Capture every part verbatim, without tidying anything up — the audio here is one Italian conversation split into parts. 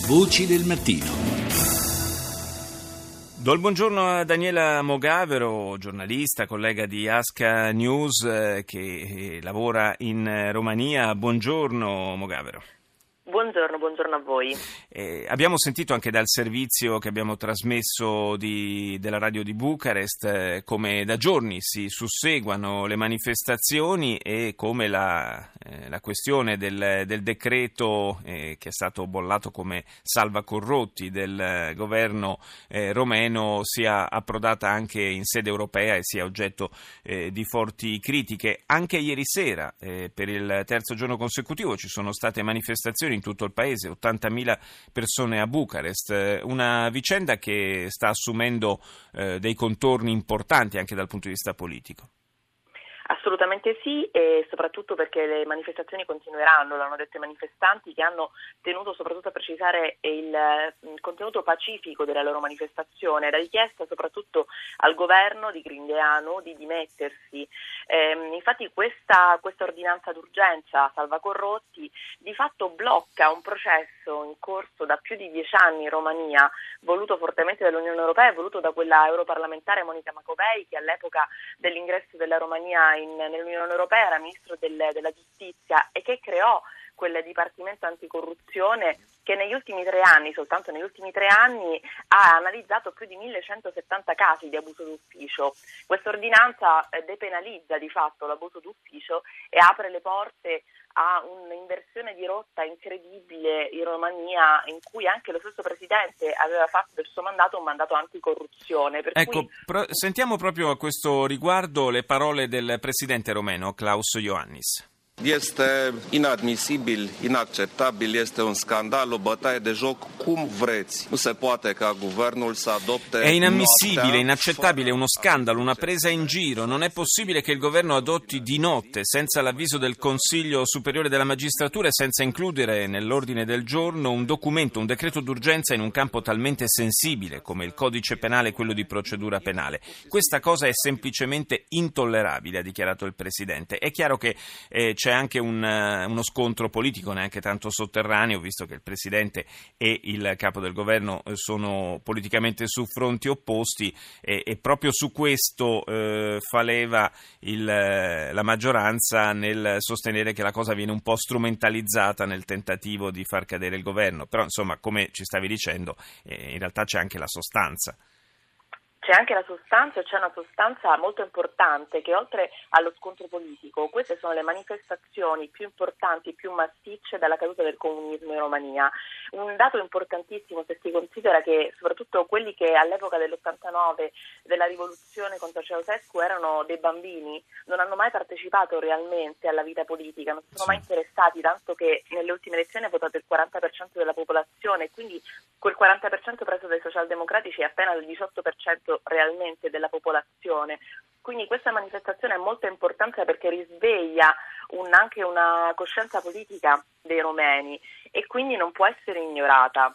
Voci del mattino. Do il buongiorno a Daniela Mogavero, giornalista, collega di Asca News, eh, che eh, lavora in Romania. Buongiorno Mogavero. Buongiorno, buongiorno a voi. Eh, abbiamo sentito anche dal servizio che abbiamo trasmesso di, della radio di Bucarest eh, come da giorni si susseguano le manifestazioni e come la, eh, la questione del, del decreto eh, che è stato bollato come salva corrotti del eh, governo eh, romeno sia approdata anche in sede europea e sia oggetto eh, di forti critiche. Anche ieri sera, eh, per il terzo giorno consecutivo, ci sono state manifestazioni in tutto il paese, ottantamila persone a Bucarest, una vicenda che sta assumendo eh, dei contorni importanti anche dal punto di vista politico. Assolutamente sì, e soprattutto perché le manifestazioni continueranno, l'hanno detto i manifestanti, che hanno tenuto soprattutto a precisare il, il contenuto pacifico della loro manifestazione, la richiesta soprattutto al governo di Grindeanu di dimettersi. Eh, infatti questa, questa ordinanza d'urgenza salva corrotti di fatto blocca un processo in corso da più di dieci anni in Romania, voluto fortemente dall'Unione Europea e voluto da quella europarlamentare Monica Macovei, che all'epoca dell'ingresso della Romania in, nell'Unione Europea era ministro del, della giustizia e che creò quel dipartimento anticorruzione che negli ultimi tre anni, soltanto negli ultimi tre anni, ha analizzato più di millecentosettanta casi di abuso d'ufficio. Questa ordinanza depenalizza di fatto l'abuso d'ufficio e apre le porte a un'inversione di rotta incredibile in Romania, in cui anche lo stesso Presidente aveva fatto del suo mandato un mandato anticorruzione. Per ecco, cui... pro- sentiamo proprio a questo riguardo le parole del Presidente romeno, Klaus Iohannis. Este inadmisibil, inacceptabil, este un scandal, o bătaie de joc, cum vreți. Nu se poate ca guvernul să adopte... È inammissibile, inaccettabile, uno scandalo, una presa in giro. Non è possibile che il governo adotti di notte, senza l'avviso del Consiglio Superiore della Magistratura e senza includere nell'ordine del giorno un documento, un decreto d'urgenza in un campo talmente sensibile come il codice penale e quello di procedura penale. Questa cosa è semplicemente intollerabile, ha dichiarato il Presidente. È chiaro che eh, c'è anche un, uno scontro politico, neanche tanto sotterraneo, visto che il Presidente e il Capo del Governo sono politicamente su fronti opposti e, e proprio su questo eh, fa leva il, la maggioranza nel sostenere che la cosa viene un po' strumentalizzata nel tentativo di far cadere il governo. Però insomma, come ci stavi dicendo, eh, in realtà c'è anche la sostanza. C'è anche la sostanza e c'è una sostanza molto importante che oltre allo scontro politico, queste sono le manifestazioni più importanti, più massicce dalla caduta del comunismo in Romania. Un dato importantissimo se si considera che soprattutto quelli che all'epoca dell'ottantanove della rivoluzione contro Ceausescu erano dei bambini, non hanno mai partecipato realmente alla vita politica, non si sono mai interessati, tanto che nelle ultime elezioni ha votato il quaranta per cento della popolazione, quindi quel quaranta per cento preso dai socialdemocratici è appena il diciotto per cento realmente della popolazione. Quindi questa manifestazione ha molta importanza perché risveglia un, anche una coscienza politica dei romeni e quindi non può essere ignorata.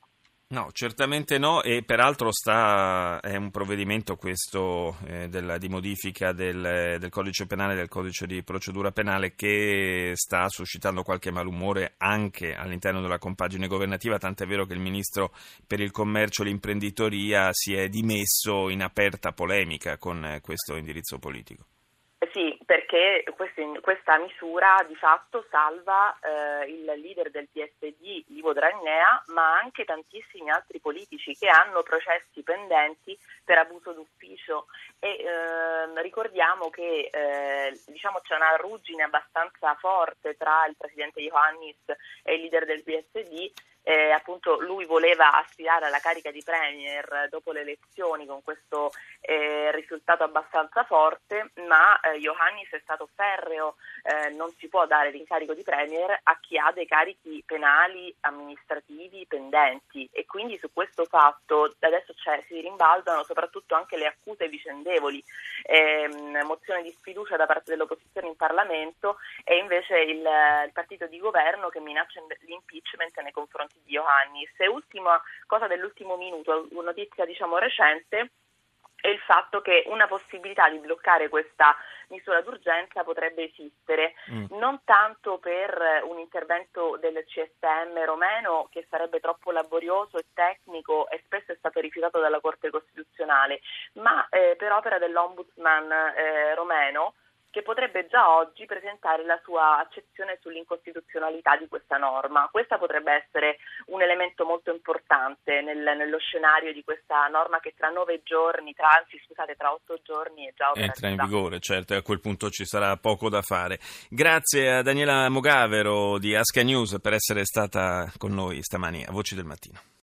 No, certamente no, e peraltro sta, è un provvedimento questo eh, della, di modifica del, del codice penale, del codice di procedura penale, che sta suscitando qualche malumore anche all'interno della compagine governativa, tant'è vero che il ministro per il commercio e l'imprenditoria si è dimesso in aperta polemica con eh, questo indirizzo politico. Sì, perché questa misura di fatto salva eh, il leader del P S D, Ivo Dragnea, ma anche tantissimi altri politici che hanno processi pendenti per abuso d'ufficio e eh, ricordiamo che eh, diciamo c'è una ruggine abbastanza forte tra il presidente Iohannis e il leader del P S D. Eh, appunto lui voleva aspirare alla carica di premier dopo le elezioni con questo eh, risultato abbastanza forte, ma eh, Iohannis è stato ferreo, eh, non si può dare l'incarico di premier a chi ha dei carichi penali amministrativi pendenti e quindi su questo fatto adesso c'è, si rimbalzano soprattutto anche le accuse vicendevoli, eh, mozione di sfiducia da parte dell'opposizione in Parlamento e invece il, il partito di governo che minaccia l'impeachment nei confronti di Iohannis. E ultima cosa dell'ultimo minuto, una notizia diciamo recente, e il fatto che una possibilità di bloccare questa misura d'urgenza potrebbe esistere, mm. non tanto per un intervento del C S M romeno, che sarebbe troppo laborioso e tecnico e spesso è stato rifiutato dalla Corte Costituzionale, ma eh, per opera dell'Ombudsman eh, romeno, che potrebbe già oggi presentare la sua accezione sull'incostituzionalità di questa norma. Questa potrebbe essere un elemento molto importante nel, nello scenario di questa norma che tra nove giorni, tra, anzi scusate, tra otto giorni è già operativa. Entra in vigore, certo, e a quel punto ci sarà poco da fare. Grazie a Daniela Mogavero di Asca News per essere stata con noi stamani a Voci del Mattino.